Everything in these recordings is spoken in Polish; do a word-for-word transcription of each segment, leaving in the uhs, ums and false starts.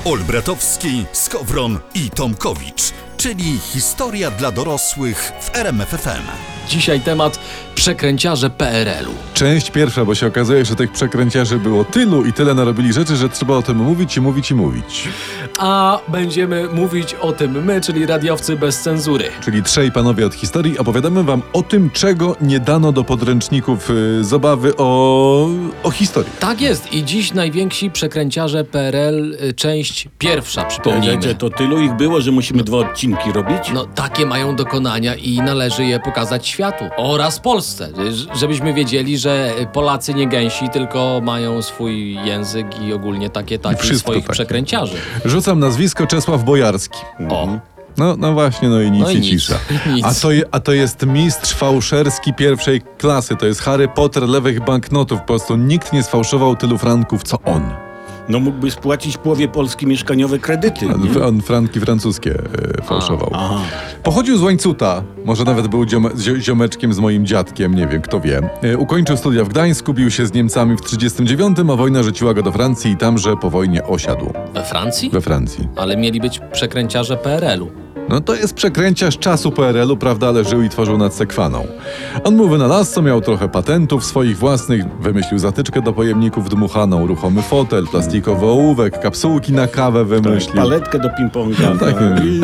Olbratowski, Skowron i Tomkowicz, czyli historia dla dorosłych w R M F F M. Dzisiaj temat przekręciarze P R L u. Część pierwsza, bo się okazuje, że tych przekręciarzy było tylu i tyle narobili rzeczy, że trzeba o tym mówić i mówić i mówić. A będziemy mówić o tym my, czyli radiowcy bez cenzury. Czyli trzej panowie od historii opowiadamy wam o tym, czego nie dano do podręczników yy, z obawy o, o historię. Tak jest i dziś najwięksi przekręciarze P R L, y, część pierwsza, przypomnijmy. To tylu ich było, że musimy dwa odcinki robić? No takie mają dokonania i należy je pokazać światu oraz Polsce, ż- żebyśmy wiedzieli, że Polacy nie gęsi, tylko mają swój język i ogólnie takie, takie Wszystko swoich takie. przekręciarzy. Rzucam nazwisko Czesław Bojarski. O. No, no właśnie, no i nic, No i i nic. cisza. Nic. A to, je, a to jest mistrz fałszerski pierwszej klasy. To jest Harry Potter lewych banknotów. Po prostu nikt nie sfałszował tylu franków, co on. No mógłby spłacić połowie Polski mieszkaniowe kredyty, nie? On franki francuskie e, fałszował. Aha. Pochodził z Łańcuta, może nawet był ziome, zio, ziomeczkiem z moim dziadkiem, nie wiem, kto wie. E, ukończył studia w Gdańsku, bił się z Niemcami w trzydziestym dziewiątym, a wojna rzuciła go do Francji i tamże po wojnie osiadł. We Francji? We Francji. Ale mieli być przekręciarze P R L u. No to jest przekręciarz czasu P R L u, prawda, ale żył i tworzył nad Sekwaną. On był wynalazcą, miał trochę patentów swoich własnych, wymyślił zatyczkę do pojemników dmuchaną, ruchomy fotel, plastikowy ołówek, kapsułki na kawę wymyślił. Paletkę do ping-ponga. Tak,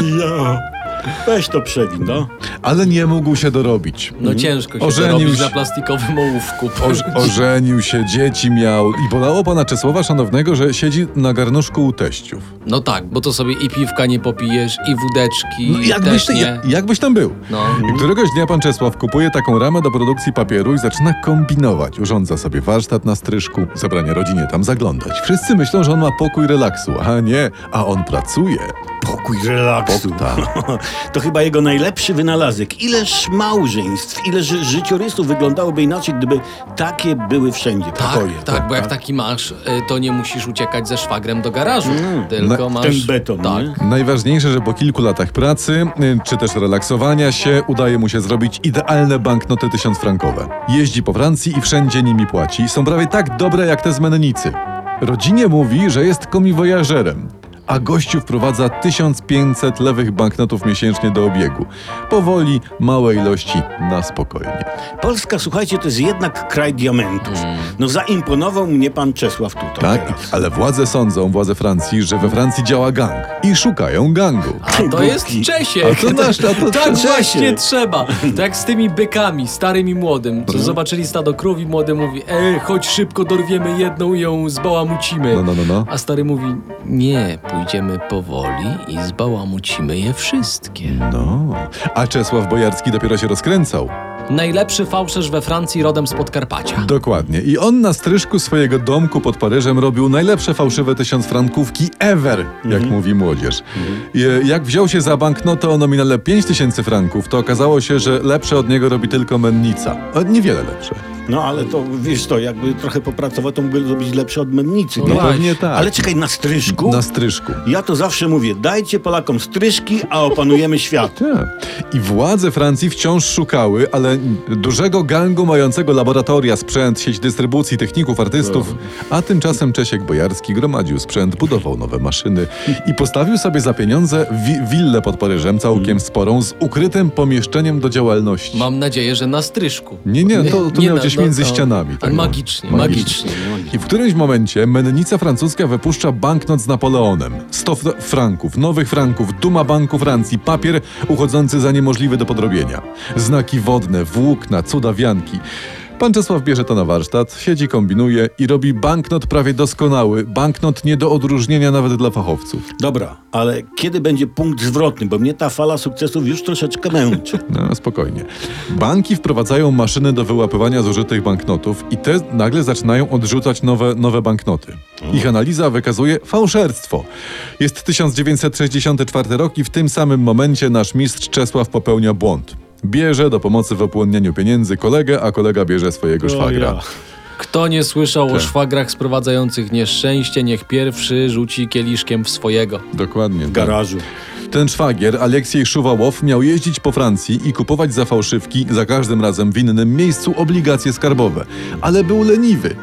ja. Weź to przewin, no. Ale nie mógł się dorobić. No ciężko się Ożenił dorobić się- na plastikowym ołówku. Oż, ożenił się, dzieci miał i bolało pana Czesława Szanownego, że siedzi na garnuszku u teściów. No tak, bo to sobie i piwka nie popijesz, i wódeczki, No i jakbyś, też ty, nie. jak, jakbyś tam był. No. I któregoś dnia pan Czesław kupuje taką ramę do produkcji papieru i zaczyna kombinować. Urządza sobie warsztat na stryżku, zabrania rodzinie tam zaglądać. Wszyscy myślą, że on ma pokój relaksu, a nie, a on pracuje. Pokój relaksu. Tak. To chyba jego najlepszy wynalazek. Ileż małżeństw, ileż życiorysów wyglądały inaczej, gdyby takie były wszędzie Tak, pokoje. tak, bo jak taki masz, y, to nie musisz uciekać ze szwagrem do garażu, tylko Na- masz... ten beton, tak. nie? Najważniejsze, że po kilku latach pracy, y, czy też relaksowania się, udaje mu się zrobić idealne banknoty tysiącfrankowe. Jeździ po Francji i wszędzie nimi płaci. Są prawie tak dobre jak te z mennicy. Rodzinie mówi, że jest komiwojażerem, a gościu wprowadza tysiąc pięćset lewych banknotów miesięcznie do obiegu. Powoli, małe ilości, na spokojnie. Polska, słuchajcie, to jest jednak kraj diamentów. No zaimponował mnie pan Czesław tutaj Tak? teraz. Ale władze sądzą, władze Francji, że we Francji działa gang i szukają gangu. A to jest Czesiek. A to nasz, a to tak Czesiek. właśnie trzeba. Tak z tymi bykami, starym i młodym, co zobaczyli stado krów i młody mówi, e, chodź szybko, dorwiemy jedną i ją zbałamucimy. No, no, no, no. A stary mówi, nie, pójdziemy powoli i zbałamucimy je wszystkie. No. A Czesław Bojarski dopiero się rozkręcał. Najlepszy fałszerz we Francji rodem z Podkarpacia. Dokładnie. I on na stryżku swojego domku pod Paryżem robił najlepsze fałszywe tysiącfrankówki ever, jak mówi młodzież. I, e, jak wziął się za banknotę o nominale pięć tysięcy franków, to okazało się, że lepsze od niego robi tylko mennica. O, niewiele lepsze. No ale to, wiesz to, jakby trochę popracował, to mógłby zrobić lepsze od mennicy. No nie? właśnie. Pewnie tak. Ale czekaj, na stryżku? Na stryżku. Ja to zawsze mówię, dajcie Polakom stryżki, a opanujemy świat. Tak. I władze Francji wciąż szukały, ale dużego gangu mającego laboratoria, sprzęt, sieć dystrybucji, techników, artystów. A tymczasem Czesiek Bojarski gromadził sprzęt, budował nowe maszyny i postawił sobie za pieniądze wi- willę pod Paryżem, całkiem sporą, z ukrytym pomieszczeniem do działalności. Mam nadzieję, że na stryżku. Nie, nie, to, to Nie miał na- gdzieś no, między to- ścianami. ale no. magicznie, magicznie. I w którymś momencie mennica francuska wypuszcza banknot z Napoleonem. sto fr- franków, nowych franków, duma Banku Francji, papier uchodzący za niemożliwy do podrobienia. Znaki wodne, włókna, cuda wianki. Pan Czesław bierze to na warsztat, siedzi, kombinuje i robi banknot prawie doskonały, banknot nie do odróżnienia nawet dla fachowców. Dobra, ale kiedy będzie punkt zwrotny? Bo mnie ta fala sukcesów już troszeczkę męczy. No, spokojnie. Banki wprowadzają maszyny do wyłapywania zużytych banknotów i te nagle zaczynają odrzucać nowe, nowe banknoty. Ich analiza wykazuje fałszerstwo. Jest tysiąc dziewięćset sześćdziesiąty czwarty rok i w tym samym momencie nasz mistrz Czesław popełnia błąd. Bierze do pomocy w opłonnieniu pieniędzy kolegę, a kolega bierze swojego szwagra. ja. Kto nie słyszał o Tak. szwagrach sprowadzających nieszczęście, niech pierwszy rzuci kieliszkiem w swojego. Dokładnie. W tak. garażu. Ten szwagier, Aleksiej Szuwałow, miał jeździć po Francji i kupować za fałszywki za każdym razem w innym miejscu obligacje skarbowe. Ale był leniwy.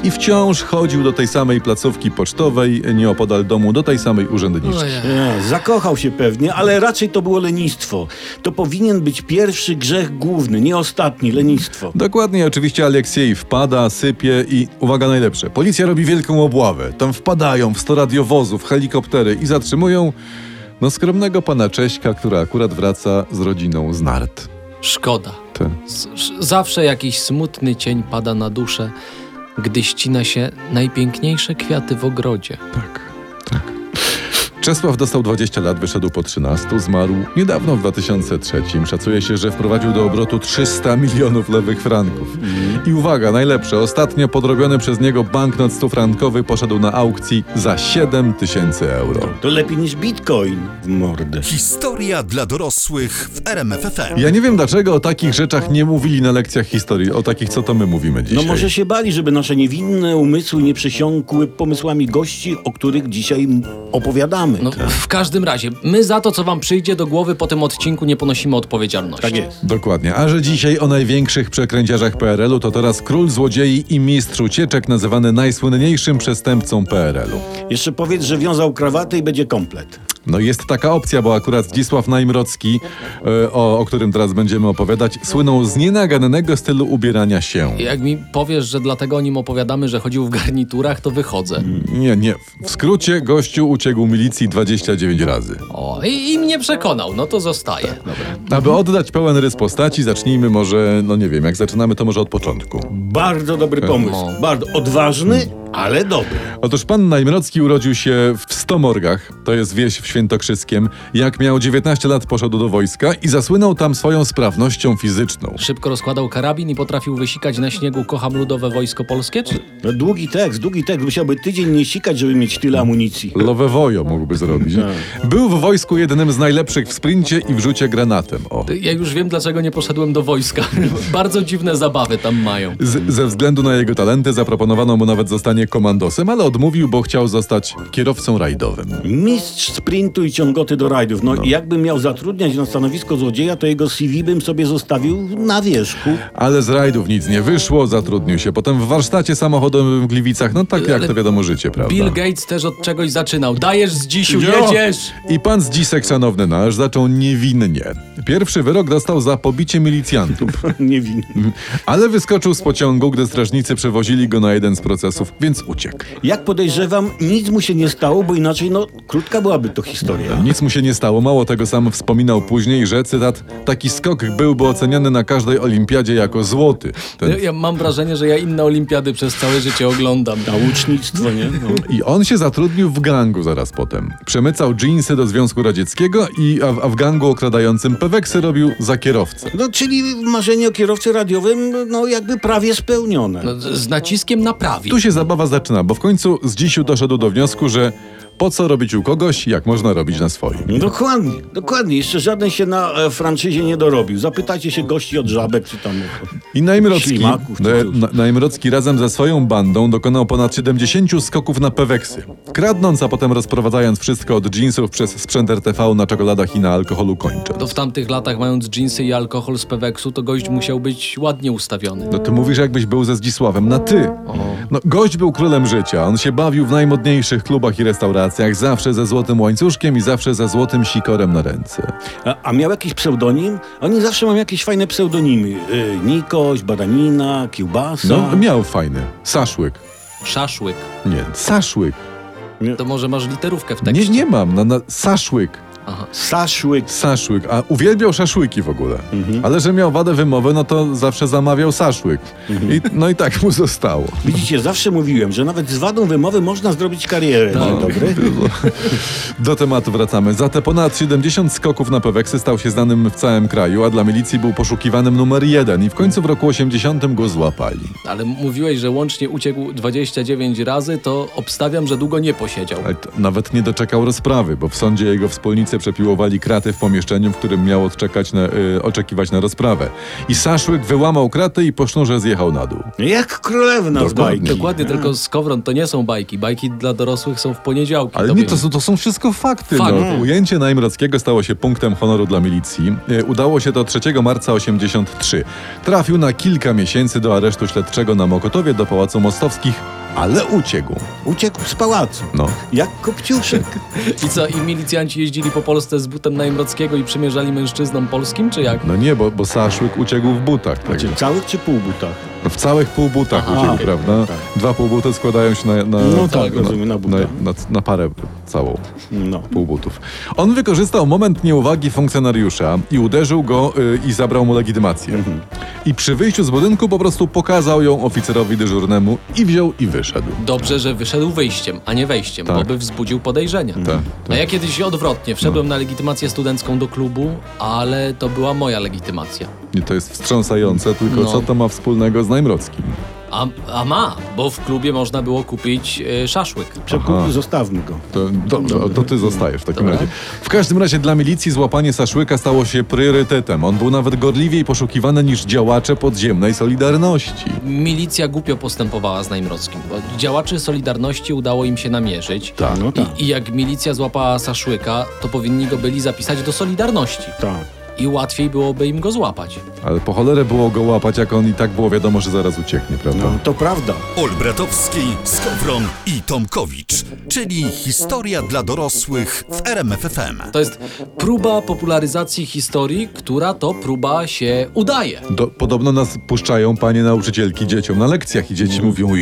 i wciąż chodził do tej samej placówki pocztowej nieopodal domu, do tej samej urzędniczki. Ojej. Nie, zakochał się pewnie, ale raczej to było lenistwo. To powinien być pierwszy grzech główny, nie ostatni, lenistwo. Dokładnie, oczywiście Aleksiej wpada, sypie i uwaga najlepsze. Policja robi wielką obławę. Tam wpadają w sto radiowozów, helikoptery i zatrzymują no skromnego pana Cześka, który akurat wraca z rodziną z nart. Szkoda. Te. Z- sz- Zawsze jakiś smutny cień pada na duszę, gdy ścina się najpiękniejsze kwiaty w ogrodzie. Tak, tak. Czesław dostał dwadzieścia lat, wyszedł po trzynastu, zmarł niedawno w dwa tysiące trzecim. Szacuje się, że wprowadził do obrotu trzysta milionów lewych franków. I uwaga, najlepsze, ostatnio podrobiony przez niego banknot stufrankowy poszedł na aukcji za siedem tysięcy euro. To lepiej niż bitcoin w mordę. Historia dla dorosłych w R M F F M. Ja nie wiem, dlaczego o takich rzeczach nie mówili na lekcjach historii, o takich, co to my mówimy dzisiaj. No może się bali, żeby nasze niewinne umysły nie przesiąkły pomysłami gości, o których dzisiaj m- opowiadamy. No, w każdym razie, my za to, co wam przyjdzie do głowy po tym odcinku, nie ponosimy odpowiedzialności. Tak jest. Dokładnie. A że dzisiaj o największych przekręciarzach P R L u, to teraz król złodziei i mistrz ucieczek nazywany najsłynniejszym przestępcą P R L u. Jeszcze powiedz, że wiązał krawatę i będzie komplet. No jest taka opcja, bo akurat Zdzisław Najmrocki, e, o, o którym teraz będziemy opowiadać, słynął z nienagannego stylu ubierania się. Jak mi powiesz, że dlatego o nim opowiadamy, że chodził w garniturach, to wychodzę. Nie, nie. W skrócie gościu uciekł milicji dwadzieścia dziewięć razy. O, i, i mnie przekonał, no to zostaje. Dobra. Aby oddać pełen rys postaci, zacznijmy może, no nie wiem, jak zaczynamy, to może od początku. Bardzo dobry pomysł. No. Bardzo odważny, ale dobry. Otóż pan Najmrocki urodził się w Stomorgach, to jest wieś w Świętokrzyskiem. Jak miał dziewiętnaście lat, poszedł do wojska i zasłynął tam swoją sprawnością fizyczną. Szybko rozkładał karabin i potrafił wysikać na śniegu kocham ludowe wojsko polskie? Czy... No, długi tekst, długi tekst. Musiałby tydzień nie sikać, żeby mieć tyle amunicji. Lowewojo mógłby zrobić. Był w wojsku jednym z najlepszych w sprincie i w rzucie granatem. O. Ja już wiem, dlaczego nie poszedłem do wojska. Bardzo dziwne zabawy tam mają. Z, ze względu na jego talenty zaproponowano mu nawet zostanie komandosem, ale odmówił, bo chciał zostać kierowcą rajdowym. Mistrz sprintu i ciągoty do rajdów. No, i jakbym miał zatrudniać na stanowisko złodzieja, to jego C V bym sobie zostawił na wierzchu. Ale z rajdów nic nie wyszło, zatrudnił się potem w warsztacie samochodowym w Gliwicach. No tak jak Ale to wiadomo życie, prawda? Bill Gates też od czegoś zaczynał. Dajesz z dzisiu, Jo! jedziesz! I pan Zdzisek, szanowny nasz, zaczął niewinnie. Pierwszy wyrok dostał za pobicie milicjantów. Nie win. Ale wyskoczył z pociągu, gdy strażnicy przewozili go na jeden z procesów, więc uciekł. Jak podejrzewam, nic mu się nie stało, bo inaczej, no, krótka byłaby to historia. Nic mu się nie stało, mało tego, sam wspominał później, że, cytat, taki skok byłby oceniany na każdej olimpiadzie jako złoty. Ten... Ja, ja mam wrażenie, że ja inne olimpiady przez całe życie oglądam. A łucznictwo, nie? No. I on się zatrudnił w gangu zaraz potem. Przemycał dżinsy do Związku Radzieckiego, i, a, w- a w gangu okradającym peweksy robił za kierowcę. No, czyli marzenie o kierowcy radiowym, no, jakby prawie spełnione. No, z z naciskiem na prawie. Tu się zabawa zaczyna, bo w końcu Zdzisiu doszedł do wniosku, że po co robić u kogoś, jak można robić na swoim. Dokładnie, dokładnie. Jeszcze żaden się na e, franczyzie nie dorobił. Zapytajcie się gości od Żabek, czy tam... I Najmrocki, Ślimaków, czy e, cóż. Na- Najmrocki razem ze swoją bandą dokonał ponad siedemdziesięciu skoków na peweksy. Kradnąc, a potem rozprowadzając wszystko od jeansów przez sprzęt R T V na czekoladach i na alkoholu kończąc. To w tamtych latach, mając dżinsy i alkohol z Peweksu, to gość musiał być ładnie ustawiony. No ty mówisz, jakbyś był ze Zdzisławem, na ty. No, gość był królem życia, on się bawił w najmodniejszych klubach i restauracjach, zawsze ze złotym łańcuszkiem i zawsze ze złotym sikorem na ręce. A, a miał jakiś pseudonim? Oni zawsze mają jakieś fajne pseudonimy. Y, Nikoś, Badanina, Kiełbasa. No, miał fajny. Saszłyk. Szaszłyk. Nie, Saszłyk. To może masz literówkę w Nie, tekście. nie mam, na, na, Saszłyk. Aha. Saszłyk. Saszłyk, a uwielbiał szaszłyki w ogóle. Ale że miał wadę wymowy, no to zawsze zamawiał saszłyk. I, no i tak mu zostało. Widzicie, zawsze mówiłem, że nawet z wadą wymowy można zrobić karierę. No. Dzień dobry. Do tematu wracamy. Za te ponad siedemdziesiąt skoków na peweksy stał się znanym w całym kraju, a dla milicji był poszukiwanym numer jeden i w końcu w roku osiemdziesiątym go złapali. Ale mówiłeś, że łącznie uciekł dwadzieścia dziewięć razy, to obstawiam, że długo nie posiedział. Ale to nawet nie doczekał rozprawy, bo w sądzie jego wspólnicy Celnicy przepiłowali kraty w pomieszczeniu, w którym miał odczekać na, y, oczekiwać na rozprawę. I Saszłyk wyłamał kratę i po sznurze zjechał na dół. Jak królewna z Dokładnie. bajki. Dokładnie, tylko Skowron to nie są bajki. Bajki dla dorosłych są w poniedziałki. Ale to nie, by- to, są- to są wszystko fakty. Fakt. No. Ujęcie Najmrockiego stało się punktem honoru dla milicji. E, Udało się to trzeciego marca osiemdziesiąt trzy. Trafił na kilka miesięcy do aresztu śledczego na Mokotowie do Pałacu Mostowskich, ale uciekł. Uciekł z pałacu. No. Jak Kopciuszek. I co, i milicjanci jeździli po Polsce z butem Najmrockiego i przymierzali mężczyznom polskim, czy jak? No nie, bo, bo Saszłyk uciekł w butach. Czy Także. w całych czy półbutach? No w całych półbutach Aha, uciekł, okej, prawda? tak. Dwa półbuty składają się na, na, No tak, rozumiem, na buta. na, na, na parę całą. No. Półbutów. On wykorzystał moment nieuwagi funkcjonariusza i uderzył go y, i zabrał mu legitymację. Mhm. I przy wyjściu z budynku po prostu pokazał ją oficerowi dyżurnemu i wziął i wyszedł. Dobrze, że wyszedł wyjściem, a nie wejściem, Tak. bo by wzbudził podejrzenia. Tak, A tak. ja kiedyś odwrotnie, wszedłem na legitymację studencką do klubu, ale to była moja legitymacja. I to jest wstrząsające, tylko No. co to ma wspólnego z Najmrockim? A, a ma, bo w klubie można było kupić y, szaszłyk. Przekup, Aha. zostawmy go. To, dobrze, to ty zostajesz w takim Dobra. razie. W każdym razie dla milicji złapanie Saszłyka stało się priorytetem. On był nawet gorliwiej poszukiwany niż działacze podziemnej Solidarności. Milicja głupio postępowała z Najmrockim, bo działaczy Solidarności udało im się namierzyć. Tak. No tak. I, I jak milicja złapała Saszłyka, to powinni go byli zapisać do Solidarności. Tak. I łatwiej byłoby im go złapać. Ale po cholerę było go łapać, jak on i tak było wiadomo, że zaraz ucieknie, prawda? No, to prawda. Olbratowski, Skowron i Tomkowicz, czyli historia dla dorosłych w R M F F M. To jest próba popularyzacji historii, która to próba się udaje. Do, podobno nas puszczają panie nauczycielki dzieciom na lekcjach i dzieci mówią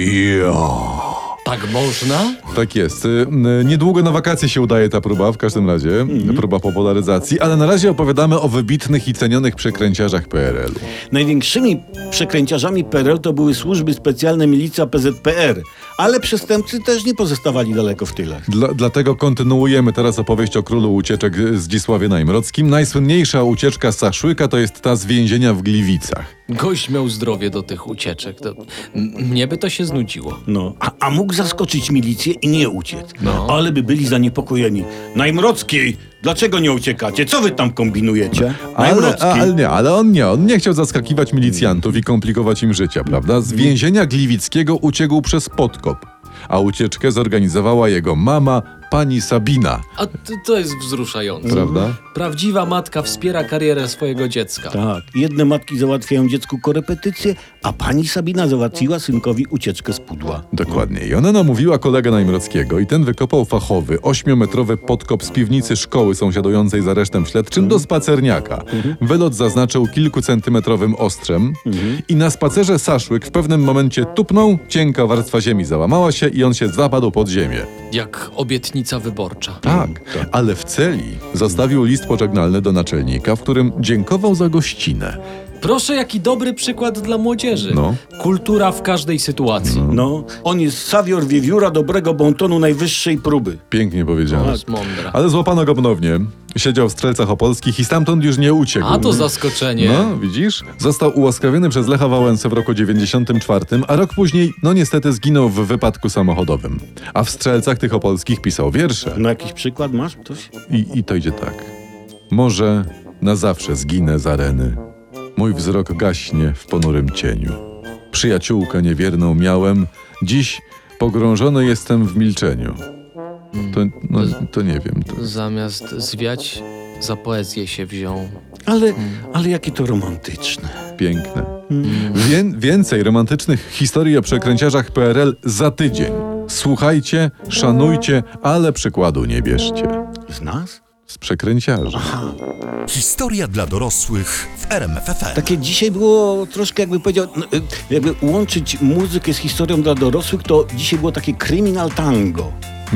jo. Tak można? Tak jest. Y, y, Niedługo na wakacje się udaje ta próba, w każdym razie. Próba popularyzacji, ale na razie opowiadamy o wybitnych i cenionych przekręciarzach P R L-u. Największymi przekręciarzami P R L to były służby specjalne milicja P Z P R, ale przestępcy też nie pozostawali daleko w tyle. Dla, dlatego kontynuujemy teraz opowieść o królu ucieczek Zdzisławie Najmrockim. Najsłynniejsza ucieczka Saszłyka to jest ta z więzienia w Gliwicach. Gość miał zdrowie do tych ucieczek. To, m- mnie by to się znudziło. No, a, a mógł zaskoczyć milicję i nie uciec. No. Ale by byli zaniepokojeni. Najmrockiej, dlaczego nie uciekacie? Co wy tam kombinujecie? Ale, Najmrocki. a, ale nie, ale on nie, on nie chciał zaskakiwać milicjantów i komplikować im życia, prawda? Z więzienia gliwickiego uciekł przez podkop, a ucieczkę zorganizowała jego mama, pani Sabina, A to, to jest wzruszające. prawda? Prawdziwa matka wspiera karierę swojego dziecka. Tak, jedne matki załatwiają dziecku korepetycje, a pani Sabina załatwiła synkowi ucieczkę z pudła. Dokładnie. I ona namówiła kolegę Najmrockiego i ten wykopał fachowy, ośmiometrowy podkop z piwnicy szkoły sąsiadującej z aresztem śledczym do spacerniaka. Wylot zaznaczył kilkucentymetrowym ostrzem i na spacerze Saszłyk w pewnym momencie tupnął, cienka warstwa ziemi załamała się i on się zapadł pod ziemię. Jak obietnica wyborcza. Tak, ale w celi zostawił list pożegnalny do naczelnika, w którym dziękował za gościnę. Proszę, jaki dobry przykład dla młodzieży. No. Kultura w każdej sytuacji. No, on jest sawior wiewióra dobrego bontonu najwyższej próby. Pięknie To powiedziane. jest mądra. Ale złapano go ponownie. Siedział w Strzelcach Opolskich i stamtąd już nie uciekł. A to zaskoczenie. No, widzisz? Został ułaskawiony przez Lecha Wałęsę w roku dziewięćdziesiątym czwartym, a rok później, no niestety, zginął w wypadku samochodowym. A w Strzelcach tych opolskich pisał wiersze. No jakiś przykład masz ktoś? I, I to idzie tak. Może na zawsze zginę z areny. Mój wzrok gaśnie w ponurym cieniu. Przyjaciółkę niewierną miałem, dziś pogrążony jestem w milczeniu. To, no, to nie wiem. To Zamiast zwiać, za poezję się wziął. Ale, ale jakie to romantyczne. piękne. Wię, więcej romantycznych historii o przekręciarzach P R L za tydzień. Słuchajcie, szanujcie, ale przykładu nie bierzcie. Z nas? Z przekręciarzy. Historia dla dorosłych w R M F F M. Takie dzisiaj było troszkę, jakby powiedział, no, y, jakby łączyć muzykę z historią dla dorosłych, to dzisiaj było takie kryminal tango.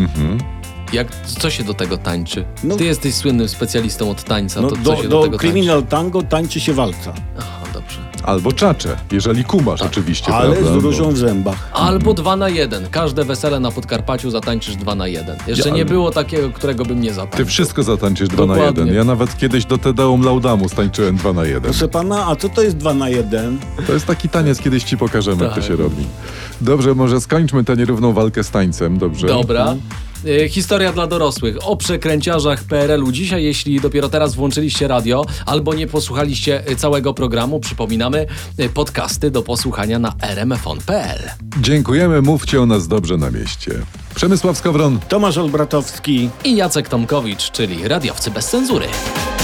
Jak, co się do tego tańczy? No- Ty jesteś słynnym specjalistą od tańca, No, to co do się do, do tego kryminal tango tańczy się walca. tańczy? Aha, dobrze. Albo czacze, jeżeli kumasz oczywiście, Ale prawda? z różą w zębach. Albo dwa na jeden. Każde wesele na Podkarpaciu zatańczysz dwa na jeden. Jeszcze Ja- nie było takiego, którego bym nie Ty zatańczył. wszystko zatańczysz dwa na Dokładnie. jeden. Ja nawet kiedyś do Tedeum Laudamu stańczyłem dwa na jeden. Proszę pana, a co to jest dwa na jeden? To jest taki taniec, kiedyś ci pokażemy, jak to Tak. się robi. Dobrze, może skończmy tę nierówną walkę z tańcem, dobrze? Dobra. Y, historia dla dorosłych o przekręciarzach P R L u. Dzisiaj, jeśli dopiero teraz włączyliście radio albo nie posłuchaliście y, całego programu, przypominamy y, podcasty do posłuchania na r m f on kropka p l. Dziękujemy, mówcie o nas dobrze na mieście. Przemysław Skowron. Tomasz Olbratowski. I Jacek Tomkowicz, czyli radiowcy bez cenzury.